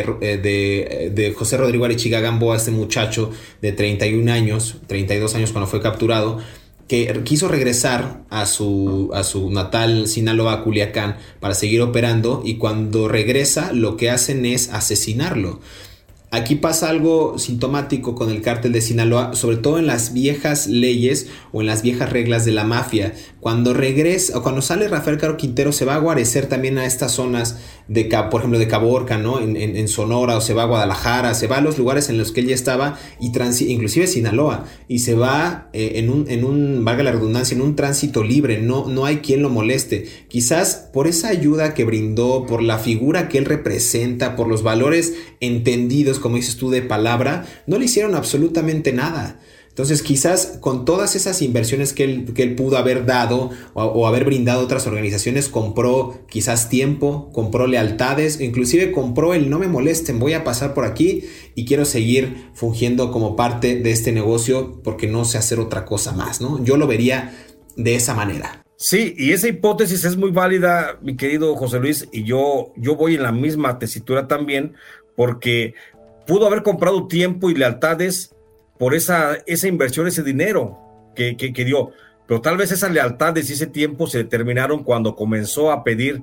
de José Rodrigo Arechiga Gamboa, este muchacho de 32 años cuando fue capturado, que quiso regresar a su natal Sinaloa, Culiacán, para seguir operando, y cuando regresa lo que hacen es asesinarlo. Aquí pasa algo sintomático con el cártel de Sinaloa, sobre todo en las viejas leyes o en las viejas reglas de la mafia. Cuando regresa o cuando sale Rafael Caro Quintero, se va a guarecer también a estas zonas por ejemplo, de Caborca, ¿no? En Sonora, o se va a Guadalajara, se va a los lugares en los que él ya estaba, inclusive Sinaloa, y se va valga la redundancia, en un tránsito libre. No hay quien lo moleste. Quizás por esa ayuda que brindó, por la figura que él representa, por los valores entendidos, como dices tú, de palabra, no le hicieron absolutamente nada. Entonces, quizás con todas esas inversiones que él pudo haber dado o haber brindado a otras organizaciones, compró quizás tiempo, compró lealtades, inclusive compró el no me molesten, voy a pasar por aquí y quiero seguir fungiendo como parte de este negocio porque no sé hacer otra cosa más, ¿no? Yo lo vería de esa manera. Sí, y esa hipótesis es muy válida, mi querido José Luis, y yo voy en la misma tesitura también, porque pudo haber comprado tiempo y lealtades por esa inversión, ese dinero que dio, pero tal vez esas lealtades y ese tiempo se determinaron cuando comenzó a pedir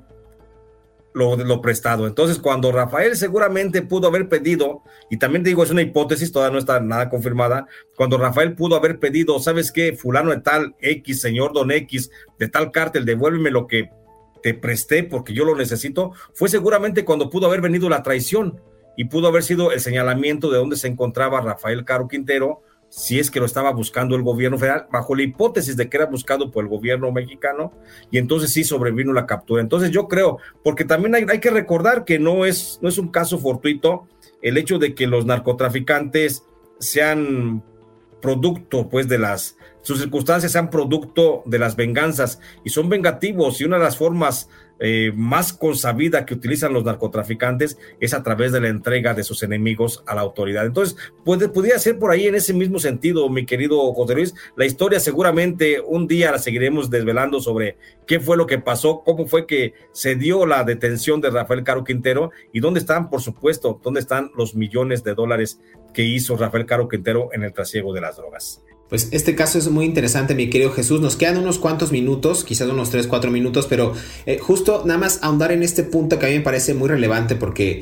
lo prestado. Entonces, cuando Rafael seguramente pudo haber pedido, y también digo, es una hipótesis, todavía no está nada confirmada, cuando Rafael pudo haber pedido, ¿sabes qué? Fulano de tal X, señor Don X, de tal cártel, devuélveme lo que te presté porque yo lo necesito, fue seguramente cuando pudo haber venido la traición, y pudo haber sido el señalamiento de dónde se encontraba Rafael Caro Quintero, si es que lo estaba buscando el gobierno federal, bajo la hipótesis de que era buscado por el gobierno mexicano, y entonces sí sobrevino la captura. Entonces yo creo, porque también hay que recordar que no es un caso fortuito el hecho de que los narcotraficantes sean producto pues de las sus circunstancias sean producto de las venganzas y son vengativos, y una de las formas más consabida que utilizan los narcotraficantes es a través de la entrega de sus enemigos a la autoridad. Entonces, podría ser por ahí en ese mismo sentido, mi querido José Luis. La historia seguramente un día la seguiremos desvelando sobre qué fue lo que pasó, cómo fue que se dio la detención de Rafael Caro Quintero y dónde están, por supuesto, dónde están los millones de dólares que hizo Rafael Caro Quintero en el trasiego de las drogas. Pues este caso es muy interesante, mi querido Jesús. Nos quedan unos cuantos minutos, quizás unos 3-4 minutos, pero justo nada más ahondar en este punto que a mí me parece muy relevante porque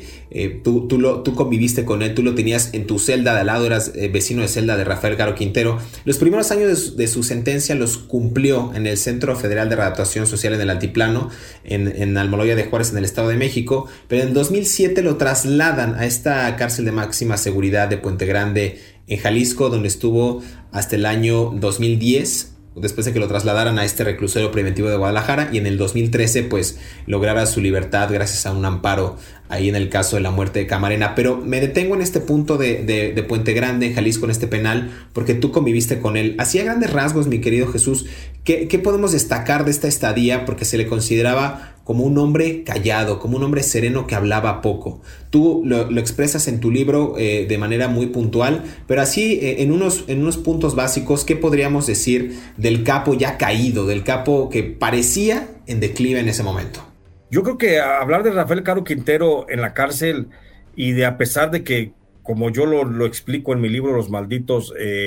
tú conviviste con él, tú lo tenías en tu celda de al lado, eras vecino de celda de Rafael Caro Quintero. Los primeros años de su sentencia los cumplió en el Centro Federal de Readaptación Social en el Altiplano, en Almoloya de Juárez, en el Estado de México, pero en 2007 lo trasladan a esta cárcel de máxima seguridad de Puente Grande, en Jalisco, donde estuvo hasta el año 2010, después de que lo trasladaran a este reclusorio preventivo de Guadalajara, y en el 2013 pues lograra su libertad gracias a un amparo ahí en el caso de la muerte de Camarena. Pero me detengo en este punto de Puente Grande, en Jalisco, en este penal, porque tú conviviste con él. Así a grandes rasgos, mi querido Jesús, ¿qué podemos destacar de esta estadía? Porque se le consideraba como un hombre callado, como un hombre sereno que hablaba poco. Tú lo expresas en tu libro de manera muy puntual, pero así en unos puntos básicos, ¿qué podríamos decir del capo ya caído, del capo que parecía en declive en ese momento? Yo creo que hablar de Rafael Caro Quintero en la cárcel y de, a pesar de que, como yo lo explico en mi libro Los Malditos,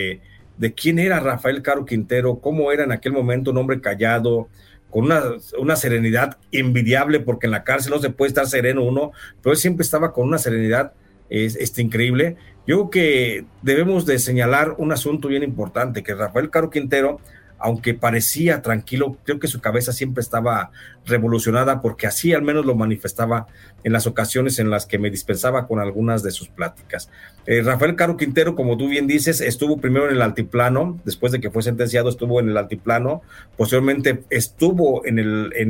de quién era Rafael Caro Quintero, cómo era en aquel momento un hombre callado, con una serenidad envidiable, porque en la cárcel no se puede estar sereno uno, pero él siempre estaba con una serenidad increíble. Yo creo que debemos de señalar un asunto bien importante, que Rafael Caro Quintero, aunque parecía tranquilo, creo que su cabeza siempre estaba revolucionada, porque así al menos lo manifestaba en las ocasiones en las que me dispensaba con algunas de sus pláticas. Rafael Caro Quintero, como tú bien dices, estuvo primero en el Altiplano, después de que fue sentenciado estuvo en el Altiplano, posteriormente estuvo en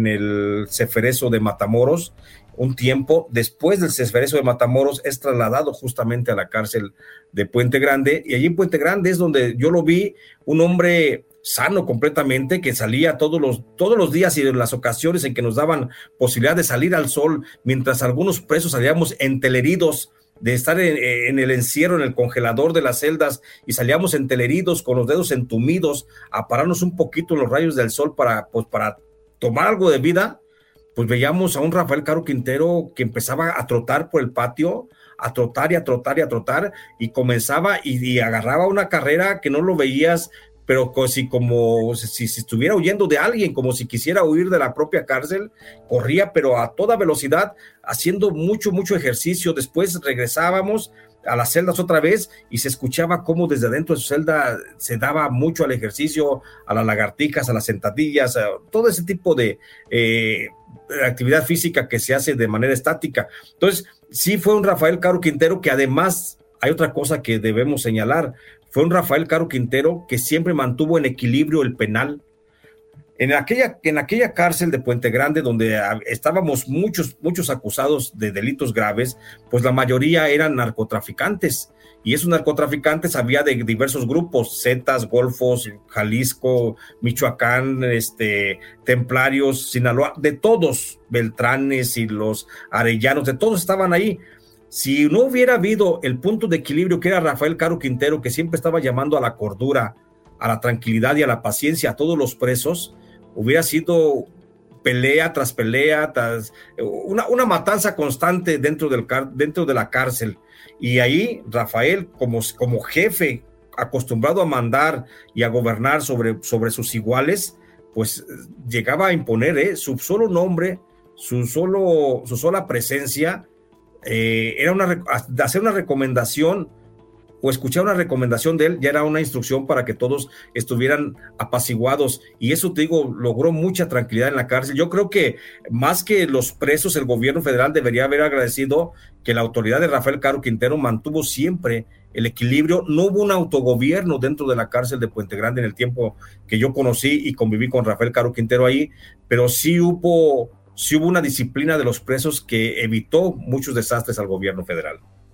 el Ceferezo de Matamoros un tiempo. Después del Ceferezo de Matamoros es trasladado justamente a la cárcel de Puente Grande, y allí en Puente Grande es donde yo lo vi, un hombre sano completamente, que salía todos los días y en las ocasiones en que nos daban posibilidad de salir al sol, mientras algunos presos salíamos enteleridos de estar en el encierro, en el congelador de las celdas, y salíamos enteleridos con los dedos entumidos a pararnos un poquito en los rayos del sol para tomar algo de vida. Pues veíamos a un Rafael Caro Quintero que empezaba a trotar por el patio, a trotar y a trotar y a trotar, y comenzaba y agarraba una carrera que no lo veías, pero como si estuviera huyendo de alguien, como si quisiera huir de la propia cárcel. Corría, pero a toda velocidad, haciendo mucho ejercicio. Después regresábamos a las celdas otra vez y se escuchaba cómo desde dentro de su celda se daba mucho al ejercicio, a las lagartijas, a las sentadillas, a todo ese tipo de actividad física que se hace de manera estática. Entonces, sí fue un Rafael Caro Quintero que, además, hay otra cosa que debemos señalar, fue un Rafael Caro Quintero que siempre mantuvo en equilibrio el penal. En aquella cárcel de Puente Grande, donde estábamos muchos acusados de delitos graves, pues la mayoría eran narcotraficantes, y esos narcotraficantes había de diversos grupos: Zetas, Golfos, Jalisco, Michoacán, Templarios, Sinaloa, de todos, Beltranes y los Arellanos, de todos estaban ahí. Si no hubiera habido el punto de equilibrio que era Rafael Caro Quintero, que siempre estaba llamando a la cordura, a la tranquilidad y a la paciencia a todos los presos, hubiera sido pelea tras pelea, una matanza constante dentro de la cárcel. Y ahí Rafael, como jefe acostumbrado a mandar y a gobernar sobre sus iguales, pues llegaba a imponer su solo nombre, su sola presencia. Era hacer una recomendación o escuchar una recomendación de él, ya era una instrucción para que todos estuvieran apaciguados, y eso, te digo, logró mucha tranquilidad en la cárcel. Yo creo que más que los presos, el gobierno federal debería haber agradecido que la autoridad de Rafael Caro Quintero mantuvo siempre el equilibrio. No hubo un autogobierno dentro de la cárcel de Puente Grande en el tiempo que yo conocí y conviví con Rafael Caro Quintero ahí, pero sí hubo una disciplina de los presos que evitó muchos desastres al gobierno federal.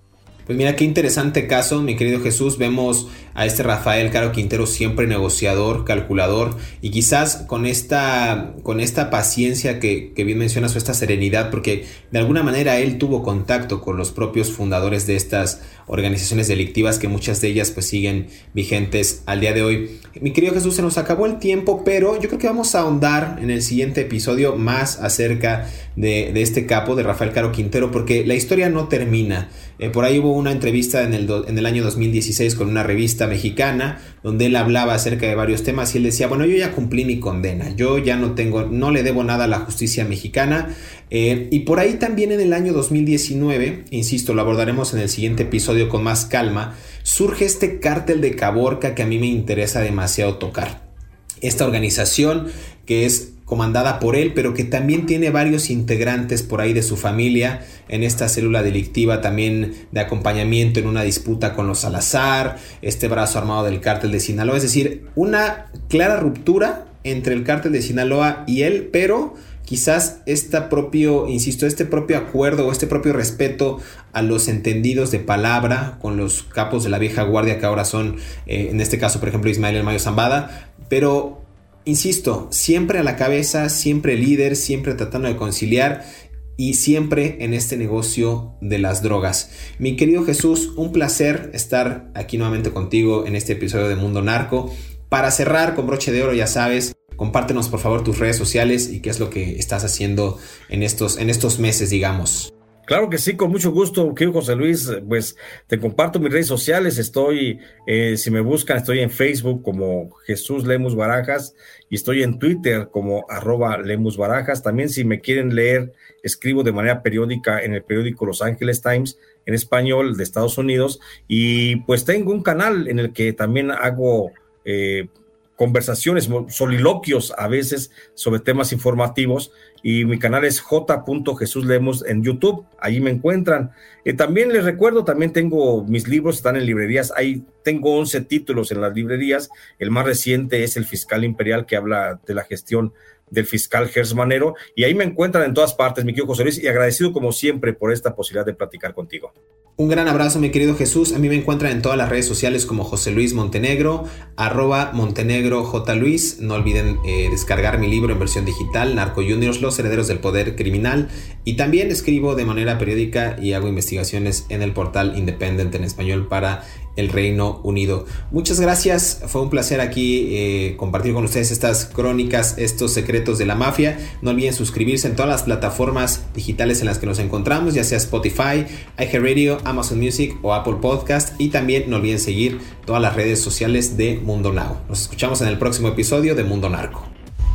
Pues mira, qué interesante caso, mi querido Jesús. Vemos a este Rafael Caro Quintero siempre negociador, calculador, y quizás con esta paciencia que bien mencionas, o esta serenidad, porque de alguna manera él tuvo contacto con los propios fundadores de estas organizaciones delictivas, que muchas de ellas pues siguen vigentes al día de hoy. Mi querido Jesús, se nos acabó el tiempo, pero yo creo que vamos a ahondar en el siguiente episodio más acerca de este capo, de Rafael Caro Quintero, porque la historia no termina. Por ahí hubo una entrevista en el año 2016 con una revista mexicana donde él hablaba acerca de varios temas y él decía, bueno, yo ya cumplí mi condena, yo ya no le debo nada a la justicia mexicana. Y por ahí también en el año 2019, insisto, lo abordaremos en el siguiente episodio con más calma, surge este cártel de Caborca que a mí me interesa demasiado tocar. Esta organización que es comandada por él, pero que también tiene varios integrantes por ahí de su familia en esta célula delictiva, también de acompañamiento en una disputa con los Salazar, este brazo armado del cártel de Sinaloa, es decir, una clara ruptura entre el cártel de Sinaloa y él, pero quizás este propio acuerdo o este propio respeto a los entendidos de palabra con los capos de la vieja guardia, que ahora son, en este caso, por ejemplo, Ismael El Mayo Zambada, pero insisto, siempre a la cabeza, siempre líder, siempre tratando de conciliar y siempre en este negocio de las drogas. Mi querido Jesús, un placer estar aquí nuevamente contigo en este episodio de Mundo Narco. Para cerrar con broche de oro, ya sabes, compártenos por favor tus redes sociales y qué es lo que estás haciendo en estos meses, digamos. Claro que sí, con mucho gusto, querido José Luis, pues te comparto mis redes sociales, si me buscan, estoy en Facebook como Jesús Lemus Barajas y estoy en Twitter como @Lemus Barajas. También si me quieren leer, escribo de manera periódica en el periódico Los Angeles Times en español de Estados Unidos y pues tengo un canal en el que también hago conversaciones, soliloquios a veces sobre temas informativos y mi canal es j.jesuslemos en YouTube, allí me encuentran. También les recuerdo, también tengo mis libros, están en librerías, ahí tengo 11 títulos en las librerías, el más reciente es El Fiscal Imperial, que habla de la gestión del fiscal Gers Manero, y ahí me encuentran en todas partes, mi querido José Luis, y agradecido como siempre por esta posibilidad de platicar contigo. Un gran abrazo, mi querido Jesús. A mí me encuentran en todas las redes sociales como José Luis Montenegro, @MontenegroJLuis. No olviden descargar mi libro en versión digital, Narco Juniors, Los Herederos del Poder Criminal. Y también escribo de manera periódica y hago investigaciones en el portal Independent en español para el Reino Unido. Muchas gracias, fue un placer aquí compartir con ustedes estas crónicas, estos secretos de la mafia. No olviden suscribirse en todas las plataformas digitales en las que nos encontramos, ya sea Spotify, iHeartRadio, Amazon Music o Apple Podcast, y también no olviden seguir todas las redes sociales de Mundo Now. Nos escuchamos en el próximo episodio de Mundo Narco.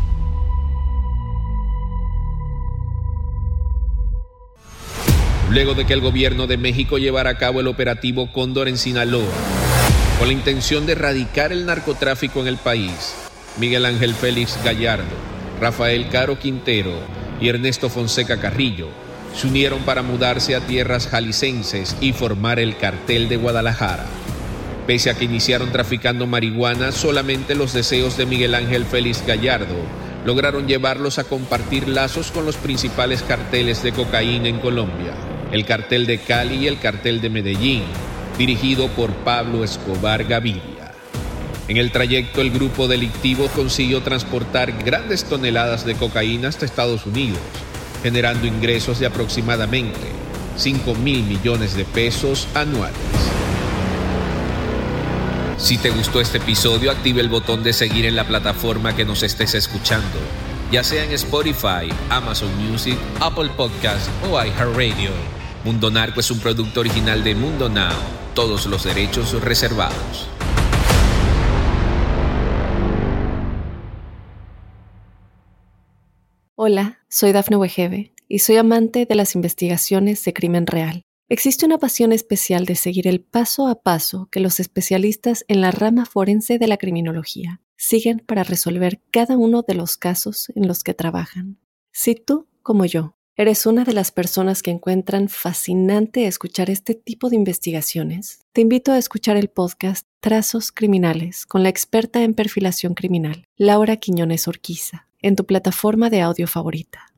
Luego de que el gobierno de México llevara a cabo el operativo Cóndor en Sinaloa, con la intención de erradicar el narcotráfico en el país, Miguel Ángel Félix Gallardo, Rafael Caro Quintero y Ernesto Fonseca Carrillo se unieron para mudarse a tierras jaliscienses y formar el Cartel de Guadalajara. Pese a que iniciaron traficando marihuana, solamente los deseos de Miguel Ángel Félix Gallardo lograron llevarlos a compartir lazos con los principales carteles de cocaína en Colombia, el Cartel de Cali y el Cartel de Medellín, dirigido por Pablo Escobar Gaviria. En el trayecto, el grupo delictivo consiguió transportar grandes toneladas de cocaína hasta Estados Unidos, generando ingresos de aproximadamente 5,000 millones de pesos anuales. Si te gustó este episodio, activa el botón de seguir en la plataforma que nos estés escuchando, ya sea en Spotify, Amazon Music, Apple Podcasts o iHeartRadio. Mundo Narco es un producto original de Mundo Now. Todos los derechos reservados. Hola, soy Dafne Wegebe y soy amante de las investigaciones de crimen real. Existe una pasión especial de seguir el paso a paso que los especialistas en la rama forense de la criminología siguen para resolver cada uno de los casos en los que trabajan. Si tú, como yo, eres una de las personas que encuentran fascinante escuchar este tipo de investigaciones, te invito a escuchar el podcast Trazos Criminales con la experta en perfilación criminal, Laura Quiñones Orquiza, en tu plataforma de audio favorita.